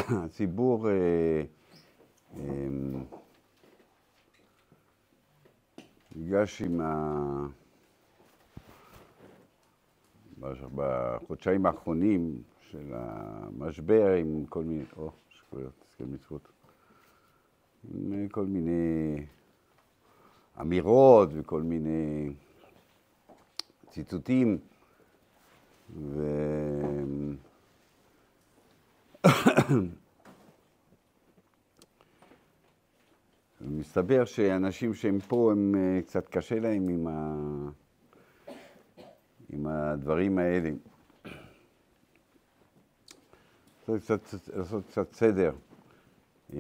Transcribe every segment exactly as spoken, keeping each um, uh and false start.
הציבור ניגש עם ה... בחודשיים האחרונים של המשבר עם כל מיני, או, שקוריות, הסכם מצוות, עם כל מיני אמירות וכל מיני ציטוטים, ו... מסתבר שאנשים שהם פה, הם קצת קשה להם עם, ה... עם הדברים האלה. צריך קצת, לעשות קצת סדר. יש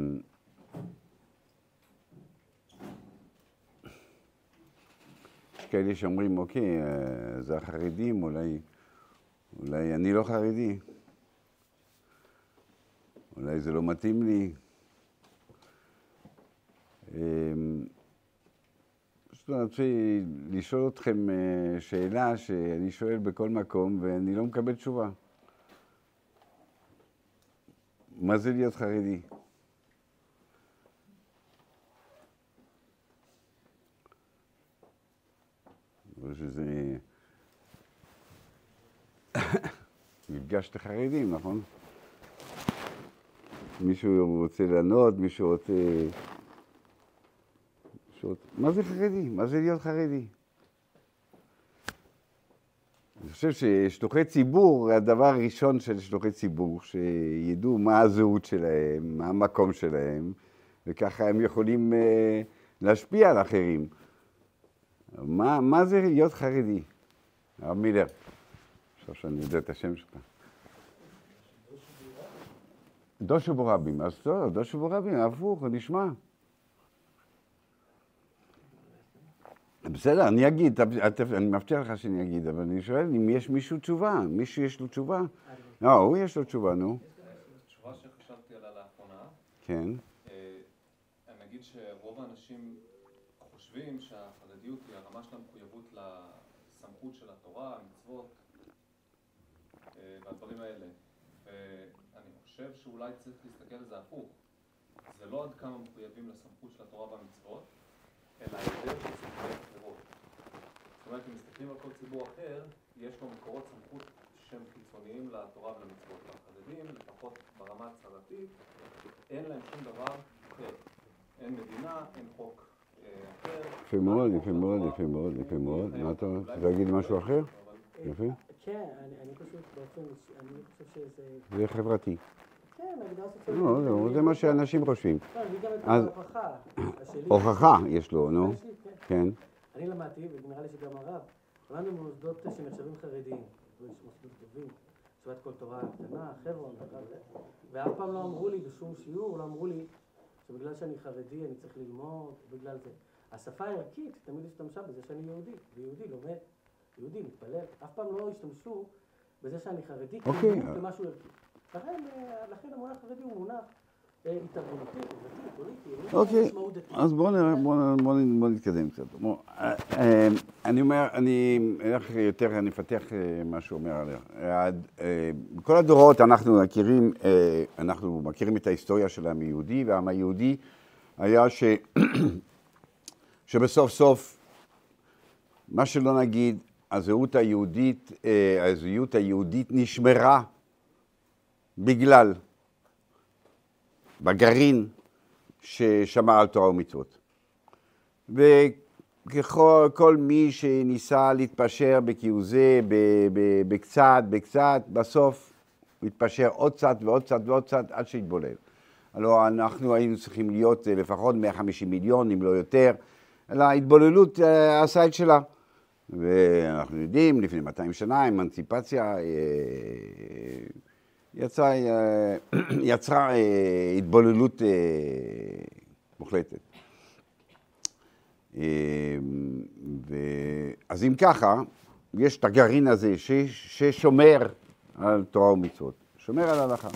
כאלה שאומרים, אוקיי, זה החרדים, אולי, אולי אני לא חרדי. אולי זה לא מתאים לי. פשוט אני רוצה לשאול אתכם שאלה שאני שואל בכל מקום ואני לא מקבל תשובה. מה זה להיות חרדי? או שזה מפגש לחרדים, נכון? מישהו רוצה לענות, מישהו רוצה... מה זה חרדי? מה זה להיות חרדי? אני חושב ששלוחי ציבור, הדבר הראשון של שלוחי ציבור, שידעו מה הזהות שלהם, מה המקום שלהם, וככה הם יכולים להשפיע על אחרים. מה, מה זה להיות חרדי? הרב מילר, עכשיו שאני יודע את השם שלך. דושו בורבים, אז טוב, דושו בורבים, הפוך, נשמע. בסדר, אני אגיד, אני מבטיח לך שאני אגיד, אבל אני שואל אם יש מישהו תשובה, מישהו יש לו תשובה? לא, הוא יש לו תשובה, נו. תשובה שחשבתי עליה לאחרונה. כן. אני אגיד שרוב האנשים חושבים שהחרדיות היא הרמה של המחויבות לסמכות של התורה, המצוות והדברים האלה. ואני חושב שאולי צריך להסתכל על זה הפוך. זה לא עד כמה מחויבים לסמכות של התורה והמצוות, אלא ההבדל של סמכויות אחרות. זאת אומרת, אם מסתכלים על כל ציבור אחר, יש לו מקורות סמכות שהם חיצוניים לתורה ולמצוות. והחרדים, לפחות ברמה הצהרתית, אין להם שום דבר אחר. אין מדינה, אין חוק אחר. יפה מאוד, יפה מאוד, יפה מאוד, יפה מאוד. מה אתה רוצה להגיד משהו אחר? יפה? כן, אני פשוט באופן, אני חושב שזה... זה חברתי. כן, הגדרה סוציאלית. לא, זה מה שאנשים חושבים. לא, אני גם את ההוכחה. הוכחה יש לו, נו. כן. אני למדתי, ונראה לי שגם הרב, למדנו במוסדות שנחשבים חרדיים, מוסדות טובים, ישיבת כל תורה קטנה, חברון, ואף פעם לא אמרו לי בשום שיעור, לא אמרו לי שבגלל שאני חרדי אני צריך ללמוד, בגלל זה. השפה הערכית תמיד השתמשה בזה שאני יהודי, ויהודי לומד, יהודי מתפלל, אף פעם לא השתמשו בזה שאני חרדי, אוקיי. כמשהו ערכי. לכן, לכן המונח חרדי הוא מונח התארגנותי, חברתי, פוליטי. אוקיי, אז בואו נראה, בואו נתקדם קצת. אני אומר, אני אלך יותר, אני אפתח מה שהוא אומר עליה. בכל הדורות אנחנו מכירים, אנחנו מכירים את ההיסטוריה של העם היהודי, והעם היהודי היה ש... שבסוף סוף, מה שלא נגיד, הזהות היהודית, הזהות היהודית נשמרה בגלל, בגרעין ששמר על תורה ומצוות. וככל כל מי שניסה להתפשר בכיוון זה, בקצת, בקצת, בסוף מתפשר עוד קצת ועוד קצת ועוד קצת עד שהתבולל. הלוא אנחנו היינו צריכים להיות לפחות מאה וחמישים מיליון, אם לא יותר, אלא ההתבוללות עשה את שלה. ואנחנו יודעים, לפני מאתיים שנה, אמנציפציה יצרה, יצרה התבוללות מוחלטת. אז אם ככה, יש את הגרעין הזה ששומר על תורה ומצוות, שומר על ההלכה.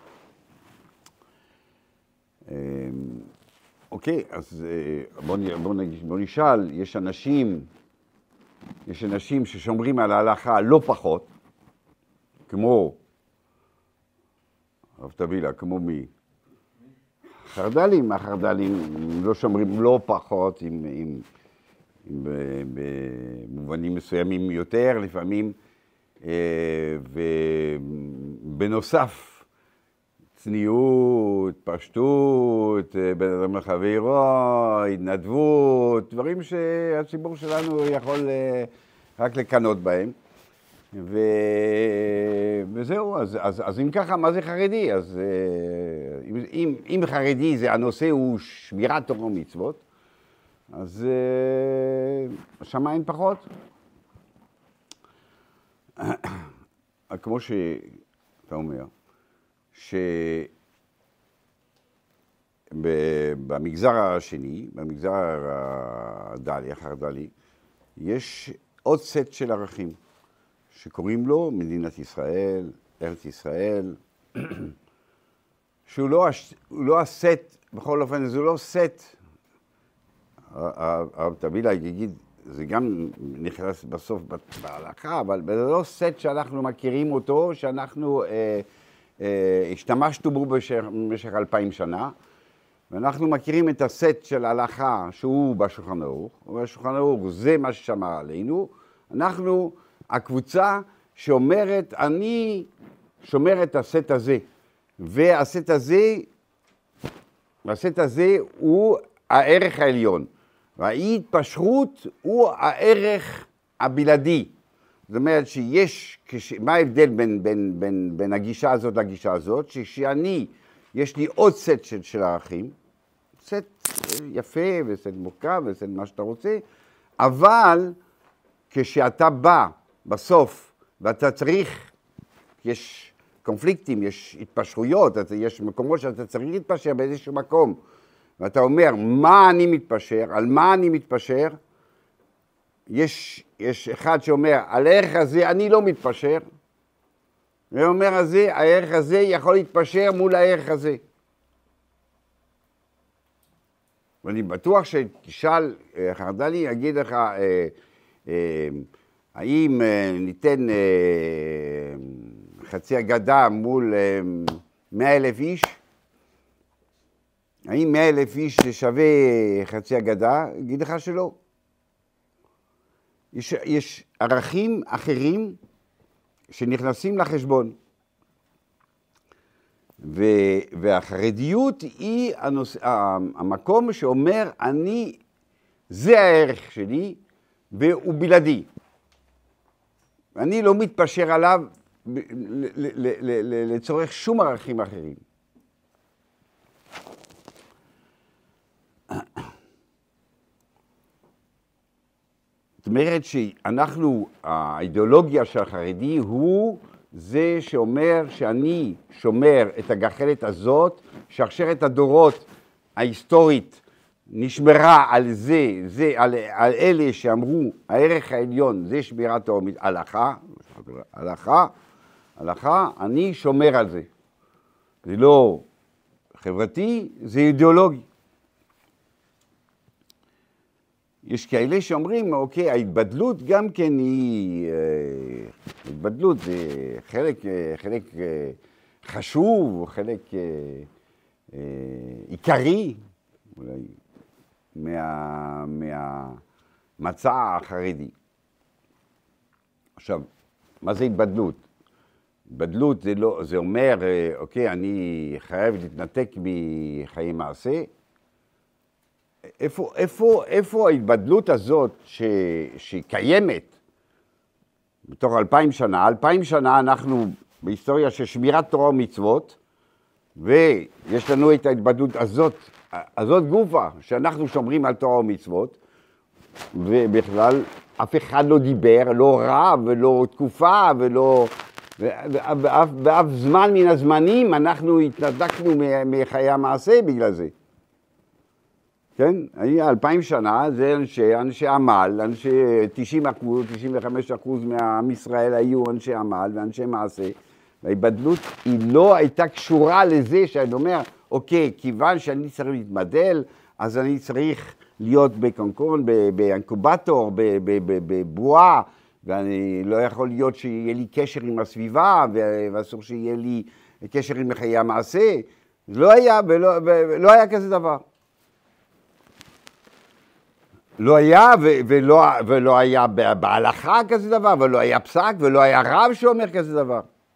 אוקיי, אז בוא, בוא, בוא נשאל, יש אנשים, יש אנשים ששומרים על ההלכה לא פחות, כמו הרב טבילה, כמו מי? חרד"לים, החרד"לים לא שומרים לא פחות, עם, עם, עם, במובנים מסוימים יותר, לפעמים, ובנוסף, צניעות, פשטות, בין אדם לחברו, התנדבות, דברים שהציבור שלנו יכול רק לקנות בהם. ו... וזהו, אז, אז, אז אם ככה, מה זה חרדי? אז אם, אם חרדי זה הנושא הוא שמירת תורה ומצוות, אז שמה אין פחות. כמו שאתה אומר, שבמגזר השני, במגזר הדלי, החרד"לי, יש עוד סט של ערכים. שקוראים לו מדינת ישראל, ארץ ישראל, שהוא לא, לא הסט, בכל אופן, זה לא סט, הרב טבילה יגיד, זה גם נכנס בסוף בהלכה, אבל זה לא סט שאנחנו מכירים אותו, שאנחנו אה, אה, השתמשנו בו במשך אלפיים שנה, ואנחנו מכירים את הסט של ההלכה שהוא בשולחן ערוך, ובשולחן ערוך זה מה ששמר עלינו, אנחנו הקבוצה שאומרת, אני שומר את הסט הזה, והסט הזה, הסט הזה הוא הערך העליון, והאי-התפשרות הוא הערך הבלעדי. זאת אומרת שיש, כש, מה ההבדל בין, בין, בין, בין הגישה הזאת לגישה הזאת? שכשאני, יש לי עוד סט של, של ערכים, סט יפה וסט מורכב וסט מה שאתה רוצה, אבל כשאתה בא בסוף, ואתה צריך, יש קונפליקטים, יש התפשרויות, יש מקומות שאתה צריך להתפשר באיזשהו מקום, ואתה אומר, מה אני מתפשר, על מה אני מתפשר, יש, יש אחד שאומר, על הערך הזה אני לא מתפשר, ואומר הזה, הערך הזה יכול להתפשר מול הערך הזה. ואני בטוח שתשאל, חרד"לי יגיד לך, אה, אה, האם ניתן חצי אגדה מול מאה אלף איש? האם מאה אלף איש שווה חצי אגדה? אגיד לך שלא. יש, יש ערכים אחרים שנכנסים לחשבון. ו, והחרדיות היא הנוס, המקום שאומר, אני, זה הערך שלי והוא בלעדי. אני לא מתפשר עליו לצורך שום ערכים אחרים. זאת אומרת שאנחנו, האידיאולוגיה של החרדי הוא זה שאומר שאני שומר את הגחלת הזאת, שרשרת הדורות ההיסטורית נשמרה על זה, זה על, על אלה שאמרו, הערך העליון זה שמירת תורה, הלכה, הלכה, הלכה, אני שומר על זה. זה לא חברתי, זה אידיאולוגי. יש כאלה שאומרים, אוקיי, ההתבדלות גם כן היא, ההתבדלות זה חלק, חלק חשוב, חלק עיקרי, אולי, מה, מהמצע החרדי. עכשיו, מה זה התבדלות? התבדלות זה, לא, זה אומר, אוקיי, אני חייב להתנתק מחיי מעשה. איפה, איפה, איפה ההתבדלות הזאת ש, שקיימת בתוך אלפיים שנה? אלפיים שנה אנחנו בהיסטוריה של שמירת תורה ומצוות, ויש לנו את ההתבדלות הזאת, הזאת גופה, שאנחנו שומרים על תורה ומצוות, ובכלל אף אחד לא דיבר, לא רב ולא תקופה ולא, באף, באף זמן מן הזמנים אנחנו התנתקנו מחיי המעשה בגלל זה. כן? אלפיים שנה זה אנשי, אנשי עמל, אנשי תשעים אחוז, תשעים וחמישה אחוז מעם ישראל היו אנשי עמל ואנשי מעשה. וההתבדלות היא לא הייתה קשורה לזה שאני אומר, אוקיי, כיוון שאני צריך להתמדל, אז אני צריך להיות בקונקון, באנקובטור, בבועה, ואני לא יכול להיות שיהיה לי קשר עם הסביבה, ואסור שיהיה לי קשר עם חיי המעשה, לא היה, ולא, ולא היה כזה דבר. לא היה ו- ולא, ולא היה בהלכה כזה דבר, ולא היה פסק, ולא היה רב שאומר כזה דבר.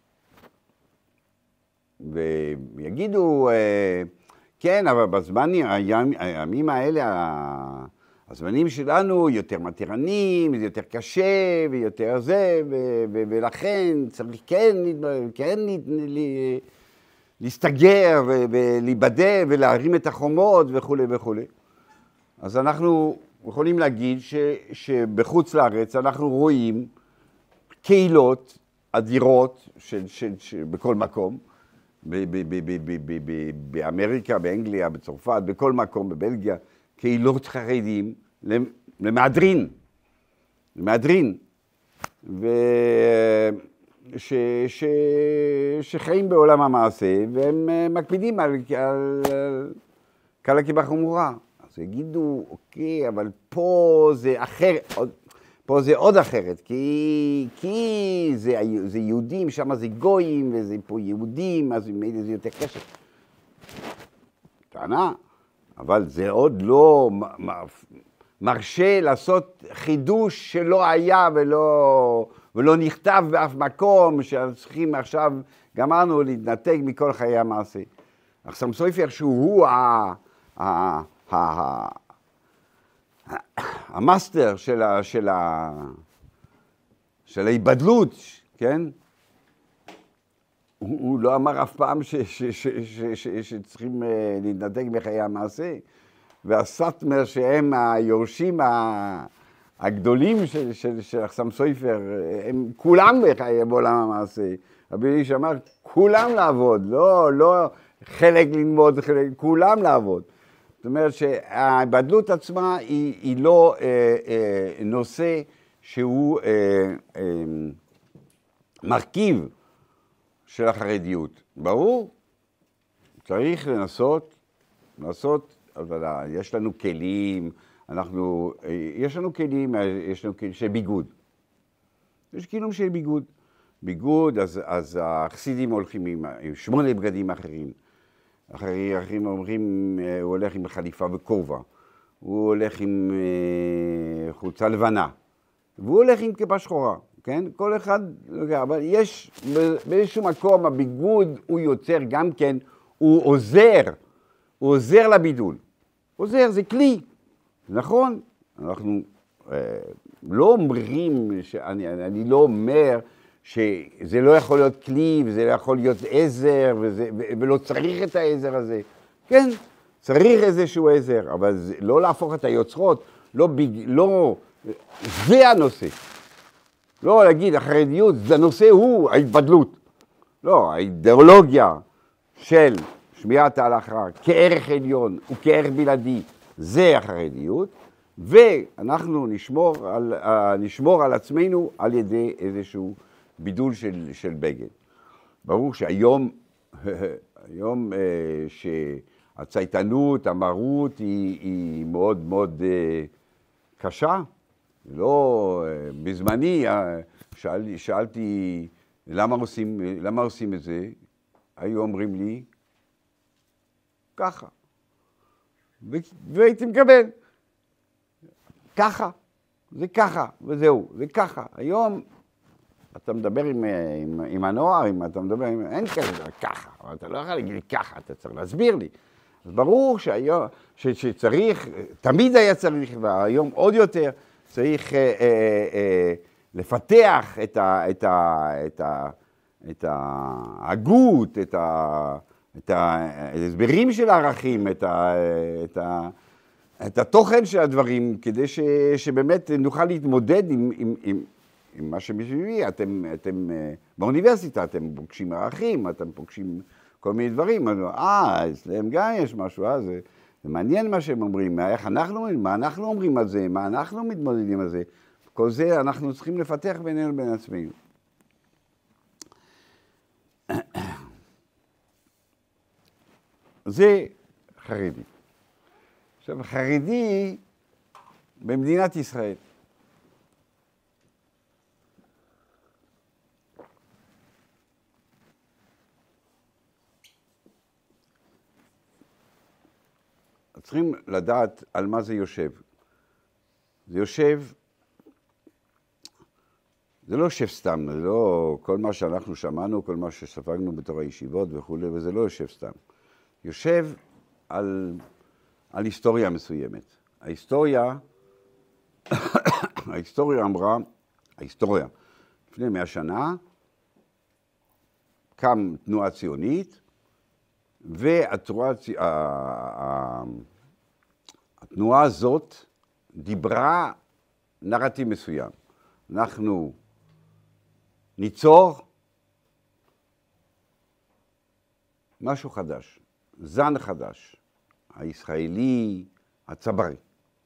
ויגידו, כן, אבל בזמנים, הימים האלה, הזמנים שלנו יותר מתירנים, זה יותר קשה ויותר זה, ו- ו- ולכן צריך כן, כן להסתגר ו- ולהיבדל ולהרים את החומות וכו' וכו'. אז אנחנו יכולים להגיד ש, שבחוץ לארץ אנחנו רואים קהילות אדירות של, של, של, בכל מקום, ב, ב, ב, ב, ב, ב, ב, באמריקה, באנגליה, בצרפת, בכל מקום, בבלגיה, קהילות חרדים למהדרין, למהדרין, ו... ש, ש, שחיים בעולם המעשה, והם מקפידים על, על, על קלה כבחמורה. אז יגידו, אוקיי, אבל פה זה אחר, פה זה עוד אחרת, כי, כי זה, זה יהודים, שם זה גויים, וזה פה יהודים, אז זה יותר קשה. טענה, אבל זה עוד לא מרשה לעשות חידוש שלא היה ולא, ולא נכתב באף מקום, שצריכים עכשיו, גמרנו להתנתק מכל חיי המעשה. החסם סופר שהוא ה... ה המאסטר של ה, של ה, של ההיבדלות, כן? הוא, הוא לא אמר אף פעם ש, ש, ש, ש, ש, שצריכים להתנתק מחיי המעשה, והסאטמר שהם היורשים הגדולים של, של, של החסם סופר, הם כולם בחיי בעולם המעשה. רבי איש אמר, כולם לעבוד, לא, לא חלק ללמוד, חלק, כולם לעבוד. זאת אומרת שההיבדלות עצמה היא, היא לא אה, אה, נושא שהוא אה, אה, מרכיב של החרדיות. ברור, צריך לנסות, לנסות, אבל יש לנו כלים, אנחנו, יש לנו כלים, יש לנו כלים של ביגוד. יש כלים של ביגוד. ביגוד, אז, אז החסידים הולכים עם, עם שמונה בגדים אחרים. אחרי אחרים אומרים, הוא הולך עם חליפה וכובע, הוא הולך עם חולצה לבנה, והוא הולך עם כיפה שחורה, כן? כל אחד, אבל יש באיזשהו מקום, הביגוד הוא יוצר גם כן, הוא עוזר, הוא עוזר לבידול. עוזר, זה כלי, נכון? אנחנו אה, לא אומרים, שאני, אני לא אומר, שזה לא יכול להיות כלי, וזה לא יכול להיות עזר, וזה, ולא צריך את העזר הזה. כן, צריך איזשהו עזר, אבל זה, לא להפוך את היוצרות, לא, לא, זה הנושא. לא להגיד, החרדיות, זה הנושא הוא ההתבדלות. לא, האידיאולוגיה של שמיעת ההלכה כערך עליון וכערך בלעדי, זה החרדיות, ואנחנו נשמור על, נשמור על עצמנו על ידי איזשהו בידול של, של בגד. ברור שהיום, היום שהצייתנות, המרות היא, היא מאוד מאוד קשה. לא, בזמני שאל, שאלתי למה עושים, למה עושים את זה, היו אומרים לי ככה, והייתי מקבל. ככה, זה ככה, וזהו, זה ככה. היום אתה מדבר עם, עם, עם הנוער, אם אתה מדבר עם... אין כזה, ככה, אבל אתה לא יכול להגיד לי ככה, אתה צריך להסביר לי. אז ברור שהיום, ש, שצריך, תמיד היה צריך, והיום עוד יותר, צריך אה, אה, אה, לפתח את, ה, את, ה, את, ה, את ההגות, את, ה, את ההסברים של הערכים, את, ה, את, ה, את התוכן של הדברים, כדי ש, שבאמת נוכל להתמודד עם... עם, עם עם מה שמסביבי, אתם, אתם באוניברסיטה, אתם פוגשים ערכים, אתם פוגשים כל מיני דברים, אה, אצלם גם יש משהו, אה, זה, זה מעניין מה שהם אומרים, איך אנחנו אומרים, מה אנחנו אומרים על זה, מה אנחנו מתמודדים על זה, כל זה אנחנו צריכים לפתח בינינו בין עצמנו. זה חרדי. עכשיו, חרדי במדינת ישראל, צריכים לדעת על מה זה יושב. זה יושב, זה לא יושב סתם, זה לא כל מה שאנחנו שמענו, כל מה שספגנו בתור הישיבות וכו', וזה לא יושב סתם. יושב על, על היסטוריה מסוימת. ההיסטוריה, ההיסטוריה אמרה, ההיסטוריה, לפני מאה שנה, קם תנועה ציונית, והתנועה התנועה הזאת דיברה נרטיב מסוים. אנחנו ניצור משהו חדש, זן חדש, הישראלי הצברי.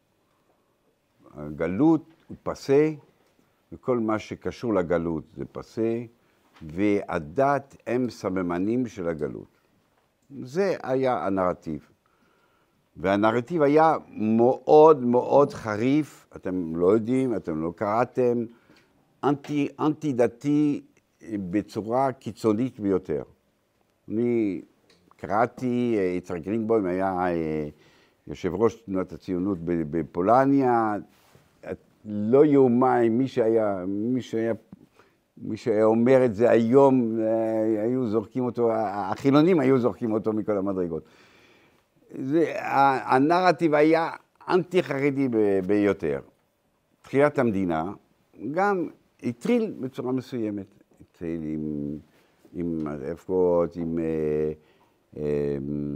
הגלות הוא פסה, וכל מה שקשור לגלות זה פסה, והדת הם סממנים של הגלות. זה היה הנרטיב. והנרטיב היה מאוד מאוד חריף, אתם לא יודעים, אתם לא קראתם, אנטי, אנטי דתי בצורה קיצונית ביותר. אני קראתי, יצחק גרינבוים היה יושב ראש תנועת הציונות בפולניה, לא יאומן, מי שהיה, מי שהיה, מי שהיה אומר את זה היום, היו זורקים אותו, החילונים היו זורקים אותו מכל המדרגות. זה, הנרטיב היה אנטי חרדי ביותר. תחילת המדינה גם התחיל בצורה מסוימת. התחיל עם, עם ההפקות, עם אה, אה,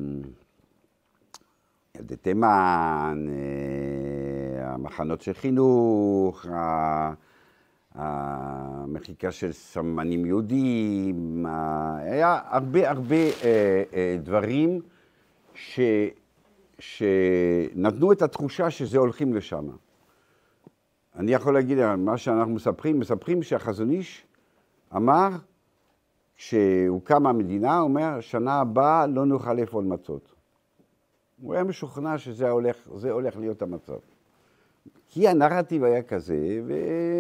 ילדי תימן, אה, המחנות של חינוך, המחיקה של סממנים יהודים, היה הרבה הרבה אה, אה, דברים ש, שנתנו את התחושה שזה הולכים לשם. אני יכול להגיד על מה שאנחנו מספרים, מספרים שהחזון איש אמר, כשהוקמה המדינה, הוא אומר, שנה הבאה לא נוכל לאכול מצות. הוא היה משוכנע שזה הולך, זה הולך להיות המצב. כי הנרטיב היה כזה, ו...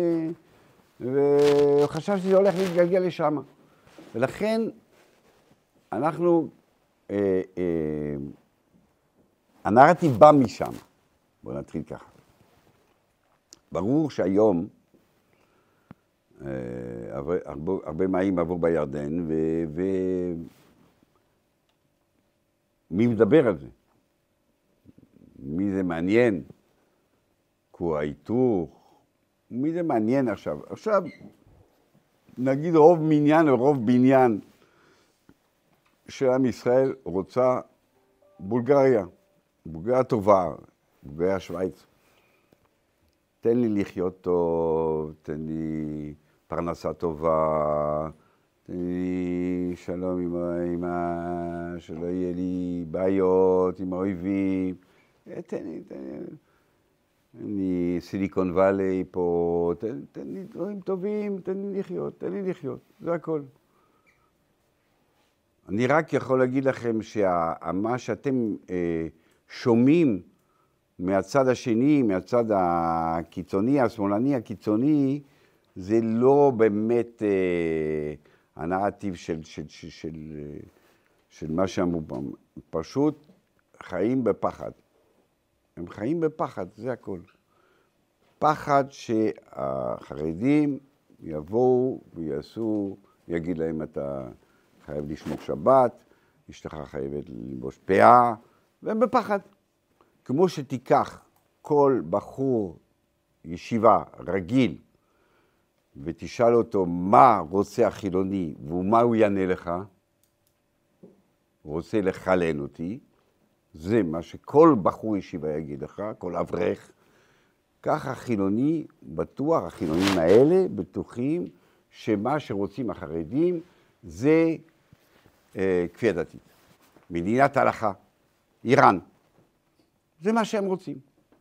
והוא חשב שזה הולך להתגלגל לשם. ולכן אנחנו, אה, אה, הנרטיב בא משם. בואו נתחיל ככה. ברור שהיום, אה, הרבה, הרבה, הרבה מים עבור בירדן, ו... ו... מי מדבר על זה? מי זה מעניין? כור ההיתוך? מי זה מעניין עכשיו? עכשיו, נגיד רוב מניין או רוב בניין של עם ישראל רוצה בולגריה, בולגריה טובה, בולגריה שוויץ. תן לי לחיות טוב, תן לי פרנסה טובה, תן לי שלום עם, עם ה... שלא יהיה לי בעיות עם האויבים, תן לי, תן לי, תן לי סיליקון ואלי פה, תן, תן לי דברים טובים, תן לי לחיות, תן לי לחיות, זה הכל. אני רק יכול להגיד לכם שמה שאתם אה, שומעים מהצד השני, מהצד הקיצוני, השמאלני הקיצוני, זה לא באמת אה, הנרטיב של, של, של, של, של מה שאמרו פעם. פשוט חיים בפחד. הם חיים בפחד, זה הכל. פחד שהחרדים יבואו ויעשו, יגיד להם אתה חייב לשמור שבת, אשתך חייבת ללבוש פאה, והם בפחד. כמו שתיקח כל בחור ישיבה רגיל, ותשאל אותו מה רוצה החילוני, ומה הוא יענה לך, הוא רוצה לחלן אותי, זה מה שכל בחור ישיבה יגיד לך, כל אברך, ככה החילוני בטוח, החילונים האלה בטוחים, שמה שרוצים החרדים זה אה, כפייה דתית. מדינת הלכה, איראן. זה מה שהם רוצים.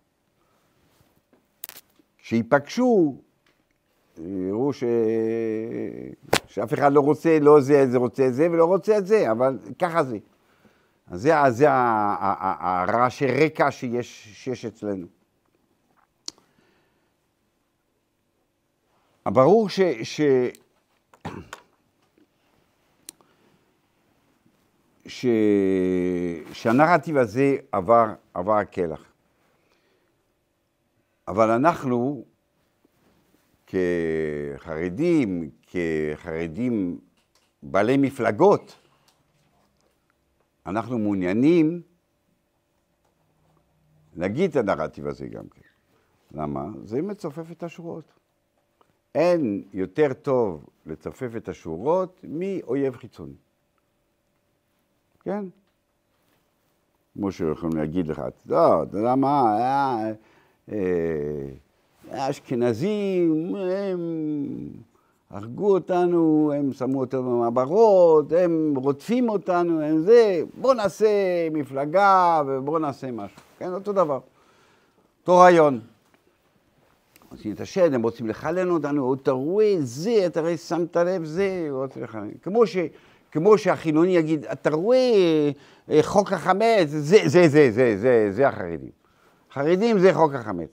כשיפגשו, יראו ש... שאף אחד לא רוצה, לא זה, זה רוצה את זה ולא רוצה את זה, אבל ככה זה. אז זה, זה הרעשי רקע שיש, שיש אצלנו. ברור ש... ש... ש... שהנרטיב הזה עבר, עבר הכלח. אבל אנחנו, כחרדים, כחרדים בעלי מפלגות, אנחנו מעוניינים להגיד את הנרטיב הזה גם כן. למה? זה מצופף את השורות. אין יותר טוב לצופף את השורות מאויב חיצוני. כן? כמו שיכולים להגיד לך, לא, אתה יודע מה, היה, היה אשכנזים, הם הרגו אותנו, הם שמו אותנו במעברות, הם רודפים אותנו, הם זה, בוא נעשה מפלגה ובוא נעשה משהו. כן, אותו דבר. אותו רעיון. רוצים את השד, הם רוצים לחלן אותנו, אתה רואה זה, אתה רואה, שמת לב זה, רוצים לחלן. כמו ש... כמו שהחילוני יגיד, אתה רואה חוק החמץ, זה, זה, זה, זה, זה, זה, זה החרדים. חרדים זה חוק החמץ.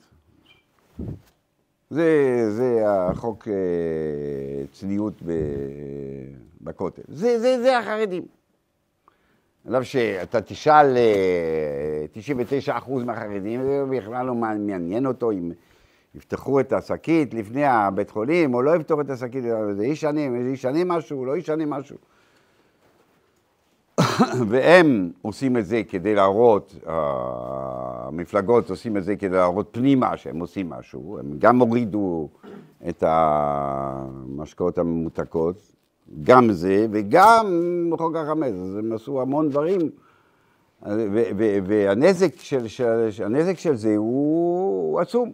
זה, זה החוק צניעות בכותל. זה, זה, זה החרדים. עליו שאתה תשאל תשעים ותשעה אחוז מהחרדים, זה בכלל לא מעניין אותו אם יפתחו את השקית לפני הבית חולים, או לא יפתחו את השקית, זה ישנה, זה ישנה משהו, לא ישנה משהו. והם עושים את זה כדי להראות, המפלגות עושים את זה כדי להראות פנימה שהם עושים משהו, הם גם הורידו את המשקאות הממותקות, גם זה וגם חוק החמץ, אז הם עשו המון דברים, והנזק של, של, הנזק של זה הוא עצום.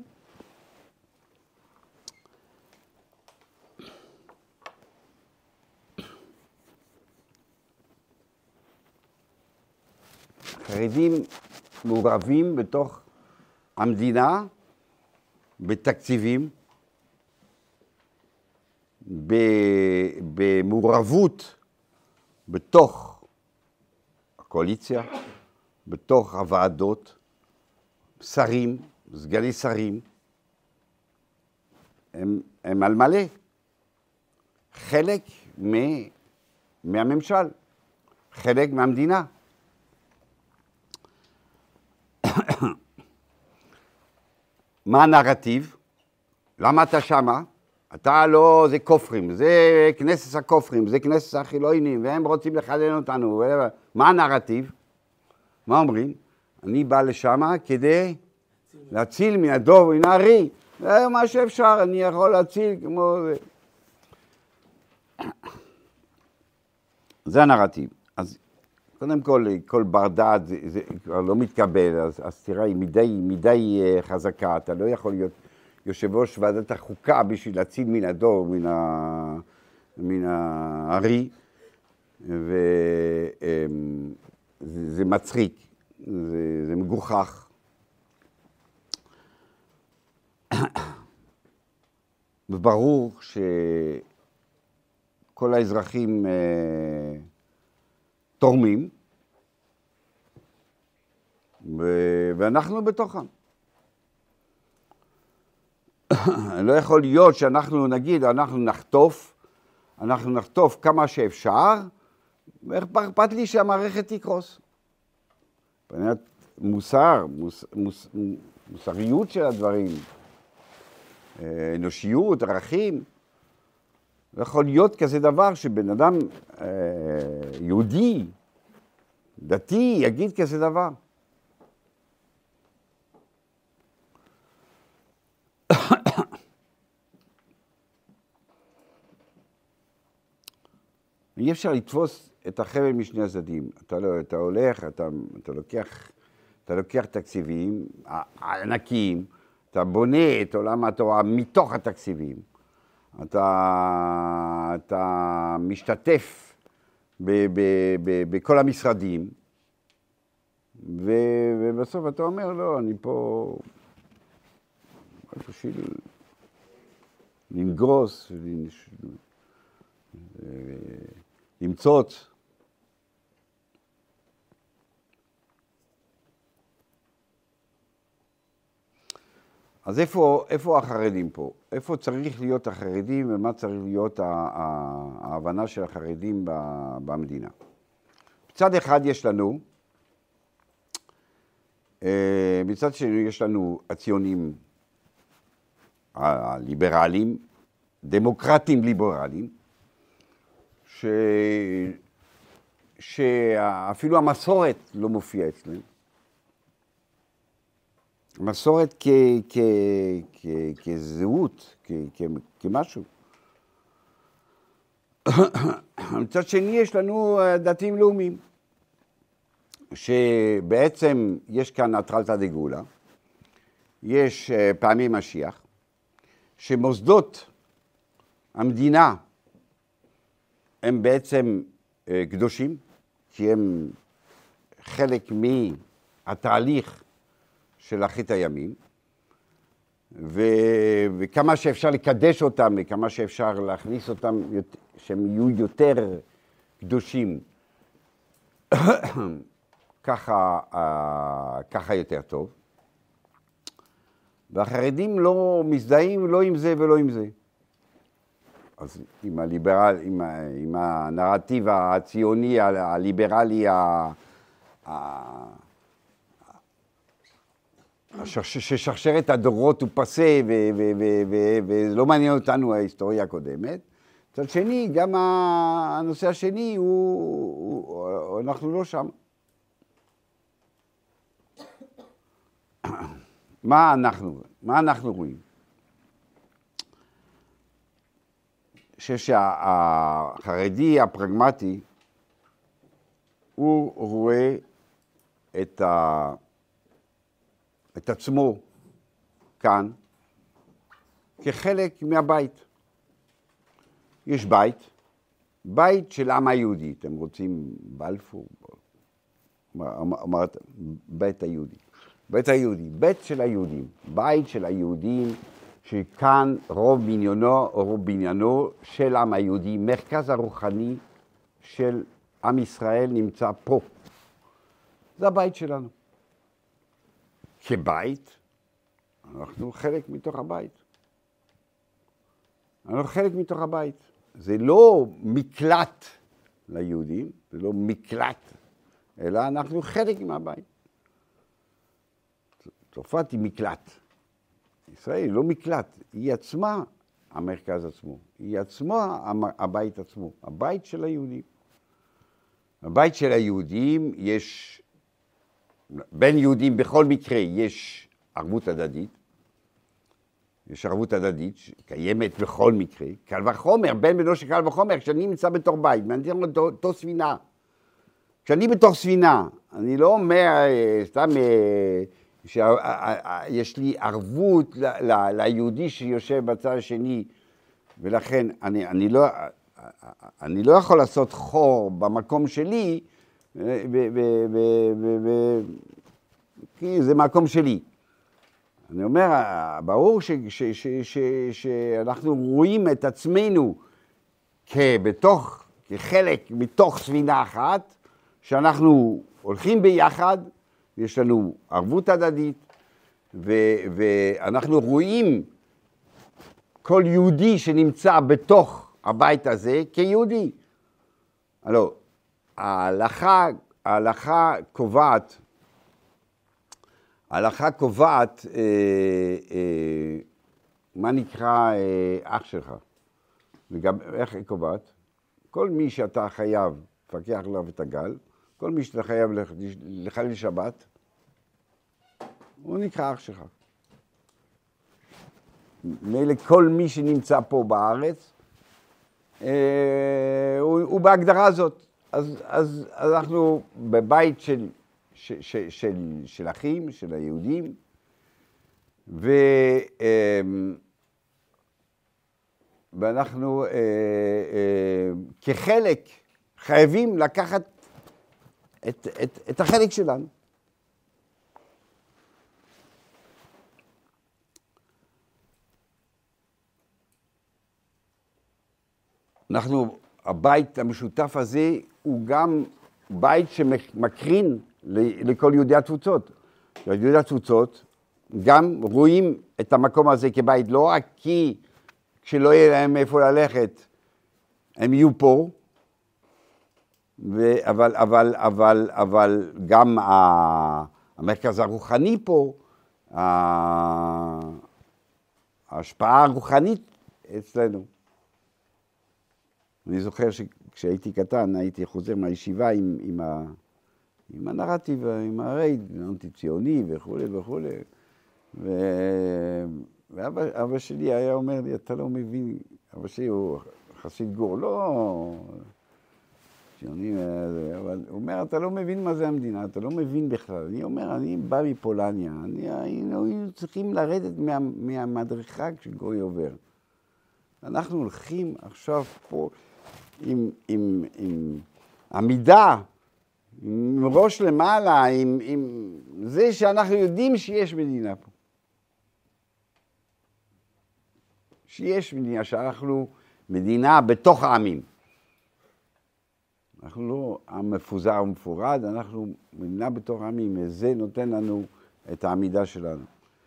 חרדים מעורבים בתוך המדינה, בתקציבים, במעורבות בתוך הקואליציה, בתוך הוועדות, שרים, סגני שרים, הם, הם על מלא, חלק מהממשל, חלק מהמדינה. מה הנרטיב? למה אתה שמה? אתה לא, זה כופרים, זה כנסת הכופרים, זה כנסת החילונים, והם רוצים לחלן אותנו. מה הנרטיב? מה אומרים? אני בא לשמה כדי להציל מן הדוב ומן הארי. זה מה שאפשר, אני יכול להציל כמו זה. זה הנרטיב. אז קודם כל, כל בר דעת זה, זה כבר לא מתקבל, אז, אז תראה, היא מדי, מדי חזקה, אתה לא יכול להיות יושב ראש ועדת החוקה בשביל להציל מן הדור, מן, ה, מן הארי, וזה זה מצחיק, זה, זה מגוחך. וברור שכל האזרחים תורמים, ואנחנו בתוכם. לא יכול להיות שאנחנו נגיד, אנחנו נחטוף, אנחנו נחטוף כמה שאפשר, ואיך אכפת לי שהמערכת תקרוס. מבחינת מוסר, מוס, מוס, מוסריות של הדברים, אנושיות, ערכים, לא יכול להיות כזה דבר שבן אדם אה, יהודי, דתי, יגיד כזה דבר. אי אפשר לתפוס את החבל משני הצדדים. אתה, לא, אתה הולך, אתה, אתה, לוקח, אתה לוקח תקציבים ענקיים, אתה בונה את עולם התורה מתוך התקציבים. אתה, אתה משתתף ב, ב, ב, בכל המשרדים, ו, ובסוף אתה אומר, לא, אני פה בשביל לנגרוס, למצוץ. אז איפה, איפה החרדים פה? איפה צריך להיות החרדים ומה צריך להיות ההבנה של החרדים במדינה? מצד אחד יש לנו, מצד שני יש לנו הציונים הליברליים, דמוקרטים ליברליים, ש... שאפילו המסורת לא מופיעה אצלם. מסורת כ... כ... כ... כזהות, כ... כ... כמשהו. מצד שני יש לנו דתיים לאומיים, שבעצם יש כאן הטרלתא דגאולה, יש פעמי משיח, שמוסדות המדינה הם בעצם קדושים, כי הם חלק מהתהליך של אחרית הימים, ו... וכמה שאפשר לקדש אותם, וכמה שאפשר להכניס אותם, שהם יהיו יותר קדושים, ככה, ככה יותר טוב. והחרדים לא מזדהים לא עם זה ולא עם זה. אז עם הליברל, עם, עם הנרטיב הציוני, הליברלי, ה... ששרשרת הדורות הוא פסה, ולא מעניין אותנו ההיסטוריה הקודמת. מצד שני, גם הנושא השני, הוא, אנחנו לא שם. מה אנחנו, מה אנחנו רואים? שהחרדי הפרגמטי, הוא רואה את, ה, את עצמו כאן כחלק מהבית. יש בית, בית של העם היהודי, אתם רוצים בלפור, אמרת, בית היהודי. בית היהודי, בית של היהודים, בית של היהודים, שכאן רוב בניינו או רוב בניינו של העם היהודי, מרכז הרוחני של עם ישראל נמצא פה. זה הבית שלנו. כבית, אנחנו חלק מתוך הבית. אנחנו חלק מתוך הבית. זה לא מקלט ליהודים, זה לא מקלט, אלא אנחנו חלק מהבית. צרפת היא מקלט. ישראל היא לא מקלט, היא עצמה המרכז עצמו, היא עצמה הבית עצמו, הבית של היהודים. הבית של היהודים יש, בין יהודים בכל מקרה יש ערבות הדדית, יש ערבות הדדית שקיימת בכל מקרה, קל וחומר, בין בנו של קל וחומר, כשאני נמצא בתור בית, ואני אומר אותו ספינה, כשאני בתור ספינה, אני לא אומר סתם שיש לי ערבות ליהודי שיושב בצד השני, ולכן אני, אני, לא, אני לא יכול לעשות חור במקום שלי, כי זה מקום שלי. אני אומר, ברור ש, ש, ש, ש, שאנחנו רואים את עצמנו כבתוך, כחלק מתוך ספינה אחת, שאנחנו הולכים ביחד, יש לנו ערבות הדדית, ו, ואנחנו רואים כל יהודי שנמצא בתוך הבית הזה כיהודי. הלוא, ההלכה, ההלכה קובעת, ההלכה קובעת, אה, אה, מה נקרא אה, אח שלך, וגם איך היא קובעת? כל מי שאתה חייב לפקח עליו את הגל, כל מי שאתה חייב לחלל שבת, הוא נקרא אח שלך. מילא כל מי שנמצא פה בארץ, אה, הוא, הוא בהגדרה הזאת. אז, אז, אז אנחנו בבית של, ש, ש, של, של אחים, של היהודים, ו, אה, ואנחנו אה, אה, כחלק חייבים לקחת את, את, את החלק שלנו. אנחנו, הבית המשותף הזה הוא גם בית שמקרין לכל יהודי התפוצות. יהודי התפוצות גם רואים את המקום הזה כבית, לא רק כי כשלא יהיה להם איפה ללכת, הם יהיו פה, ו- אבל, אבל, אבל, אבל גם ה- המרכז הרוחני פה, ה- ההשפעה הרוחנית אצלנו. אני זוכר שכשהייתי קטן, הייתי חוזר מהישיבה עם, עם, ה, עם הנרטיב, עם הרייד, האנטי-ציוני וכו' וכו'. ו... ואבא אבא שלי היה אומר לי, אתה לא מבין, אבא שלי הוא חסיד גור, לא ציוני, אבל הוא אומר, אתה לא מבין מה זה המדינה, אתה לא מבין בכלל. אני אומר, אני בא מפולניה, אני, היינו צריכים לרדת מה, מהמדריכה כשגוי עובר. אנחנו הולכים עכשיו פה עם, עם, עם עמידה, עם ראש למעלה, עם, עם זה שאנחנו יודעים שיש מדינה פה. שיש מדינה, שאנחנו מדינה בתוך העמים. אנחנו לא עם מפוזר ומפורד, אנחנו מדינה בתוך העמים, וזה נותן לנו את העמידה שלנו.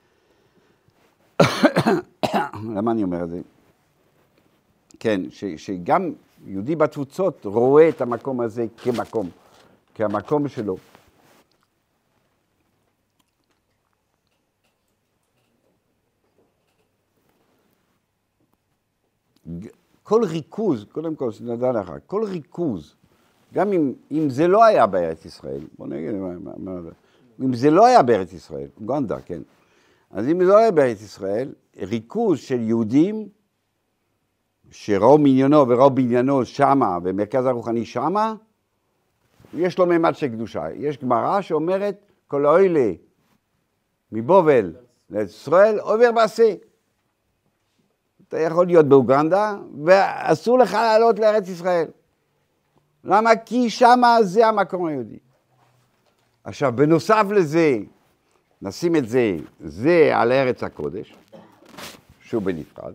למה אני אומר את זה? כן, ש, שגם יהודי בתפוצות רואה את המקום הזה כמקום, כמקום שלו. כל ריכוז, קודם כל, שנדע לך, כל ריכוז, גם אם, אם זה לא היה בארץ ישראל, בוא נגיד, מה, מה, אם זה לא היה בארץ ישראל, אוגנדה, כן, אז אם זה לא היה בארץ ישראל, ריכוז של יהודים, שרוב מיליונו ורוב בניינו שמה, ומרכז הרוחני שמה, יש לו ממד של קדושה. יש גמרא שאומרת, כל האוילה מבובל לישראל עובר בעשה. אתה יכול להיות באוגנדה, ואסור לך לעלות לארץ ישראל. למה? כי שמה זה המקום היהודי. עכשיו, בנוסף לזה, נשים את זה, זה על ארץ הקודש, שהוא בנפרד.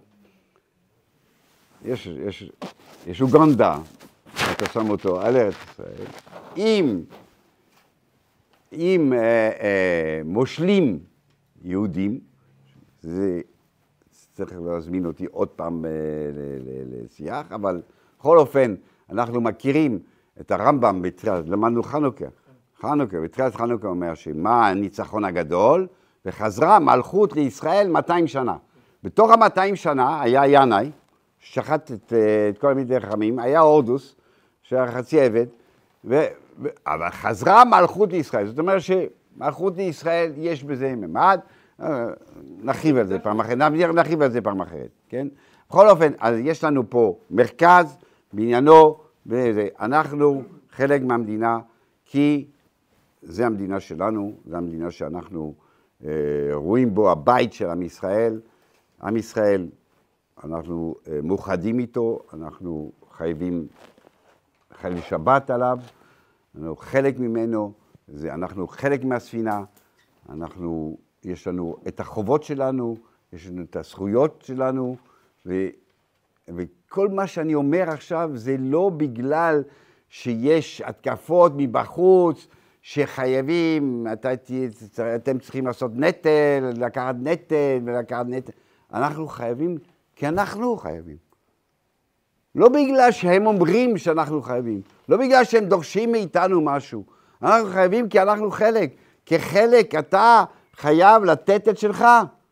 יש, יש, יש אוגנדה, אתה שם אותו על ארץ ישראל, עם, עם אה, אה, מושלים יהודים, זה צריך להזמין אותי עוד פעם אה, לשיח, אבל בכל אופן, אנחנו מכירים את הרמב"ם בתחילת, למדנו חנוכה, חנוכה, בתחילת חנוכה אומר שמה הניצחון הגדול, וחזרה מלכות לישראל מאתיים שנה. בתוך ה-מאתיים שנה היה ינאי, שחט את, את כל המידי חכמים, היה הורדוס, שהיה חצי עבד, ו, ו, אבל חזרה מלכות לישראל. זאת אומרת שמלכות לישראל יש בזה ממד, נרחיב על זה פעם אחרת, נרחיב על זה פעם אחרת, כן? בכל אופן, אז יש לנו פה מרכז, בניינו, וזה, אנחנו חלק מהמדינה, כי זה המדינה שלנו, זה המדינה שאנחנו אה, רואים בו, הבית של עם ישראל, עם ישראל, אנחנו אה, מאוחדים איתו, אנחנו חייבים חייל שבת עליו, אנחנו חלק ממנו, זה, אנחנו חלק מהספינה, אנחנו, יש לנו את החובות שלנו, יש לנו את הזכויות שלנו, ו, וכל מה שאני אומר עכשיו זה לא בגלל שיש התקפות מבחוץ, שחייבים, את, אתם צריכים לעשות נטל, לקחת נטל ולקחת נטל. אנחנו חייבים, כי אנחנו חייבים. לא בגלל שהם אומרים שאנחנו חייבים, לא בגלל שהם דורשים מאיתנו משהו. אנחנו חייבים כי אנחנו חלק. כחלק אתה חייב לתת את שלך.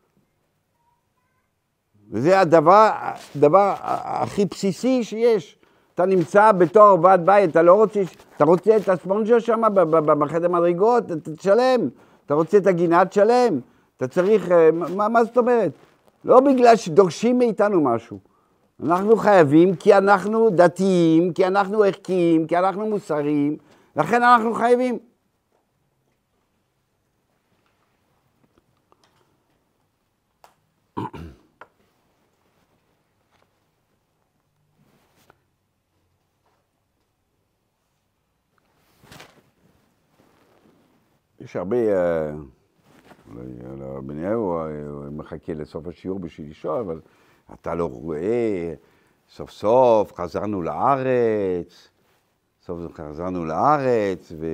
וזה הדבר, הדבר הכי בסיסי שיש. אתה נמצא בתור ועד בית, אתה לא רוצה, אתה רוצה את הספונג'ר שם בחדר מדרגות, תשלם. אתה רוצה את הגינה, תשלם. אתה צריך, מה, מה זאת אומרת? לא בגלל שדורשים מאיתנו משהו. אנחנו חייבים כי אנחנו דתיים, כי אנחנו ערכיים, כי אנחנו מוסריים, לכן אנחנו חייבים. יש הרבה, בניהו הוא מחכה לסוף השיעור בשביל לשאול, אבל אתה לא רואה, סוף סוף חזרנו לארץ, סוף סוף חזרנו לארץ, ו...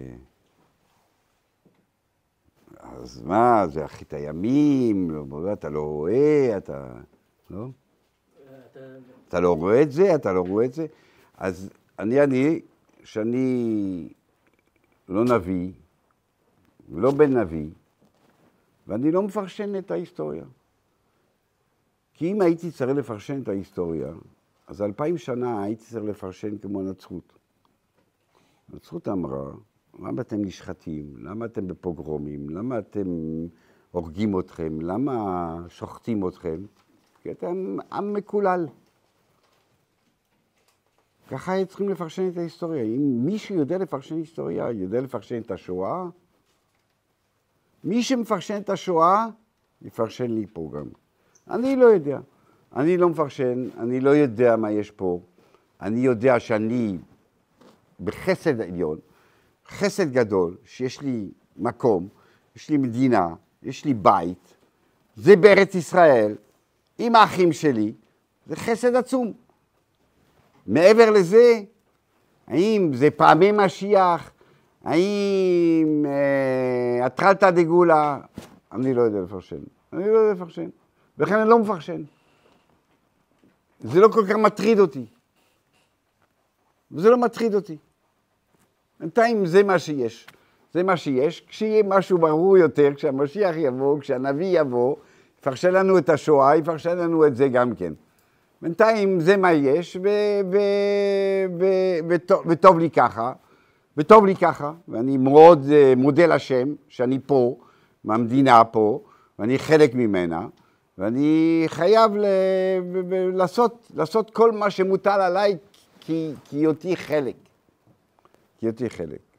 אז מה, זה אחית הימים, אתה לא רואה, אתה... לא? אתה לא רואה את זה, אתה לא רואה את זה. אז אני, אני, שאני לא נביא, ולא בן נביא, ואני לא מפרשן את ההיסטוריה. כי אם הייתי צריך לפרשן את ההיסטוריה, אז אלפיים שנה הייתי צריך לפרשן כמו הנצרות. הנצרות אמרה, למה אתם נשחטים? למה אתם בפוגרומים? למה אתם הורגים אתכם? למה שוחטים אתכם? כי אתם עם מקולל. ככה היו צריכים לפרשן את ההיסטוריה. אם מישהו יודע לפרשן היסטוריה, יודע לפרשן את השואה, מי שמפרשן את השואה, יפרשן לי פה גם. אני לא יודע. אני לא מפרשן, אני לא יודע מה יש פה. אני יודע שאני בחסד עליון, חסד גדול, שיש לי מקום, יש לי מדינה, יש לי בית, זה בארץ ישראל, עם האחים שלי, זה חסד עצום. מעבר לזה, האם זה פעמי משיח, האם אה, התחלתא דגאולה, אני לא יודע לפרשן. אני לא יודע לפרשן. ולכן אני לא מפרשן. זה לא כל כך מטריד אותי. וזה לא מטריד אותי. בינתיים זה מה שיש. זה מה שיש. כשיהיה משהו ברור יותר, כשהמשיח יבוא, כשהנביא יבוא, יפרשן לנו את השואה, יפרשן לנו את זה גם כן. בינתיים זה מה יש, ו- ו- ו- וטוב, וטוב לי ככה, וטוב לי ככה, ואני מאוד מודה לשם שאני פה, מהמדינה פה, ואני חלק ממנה, ואני חייב ל- לעשות, לעשות כל מה שמוטל עליי, כי, כי אותי חלק. כי אותי חלק.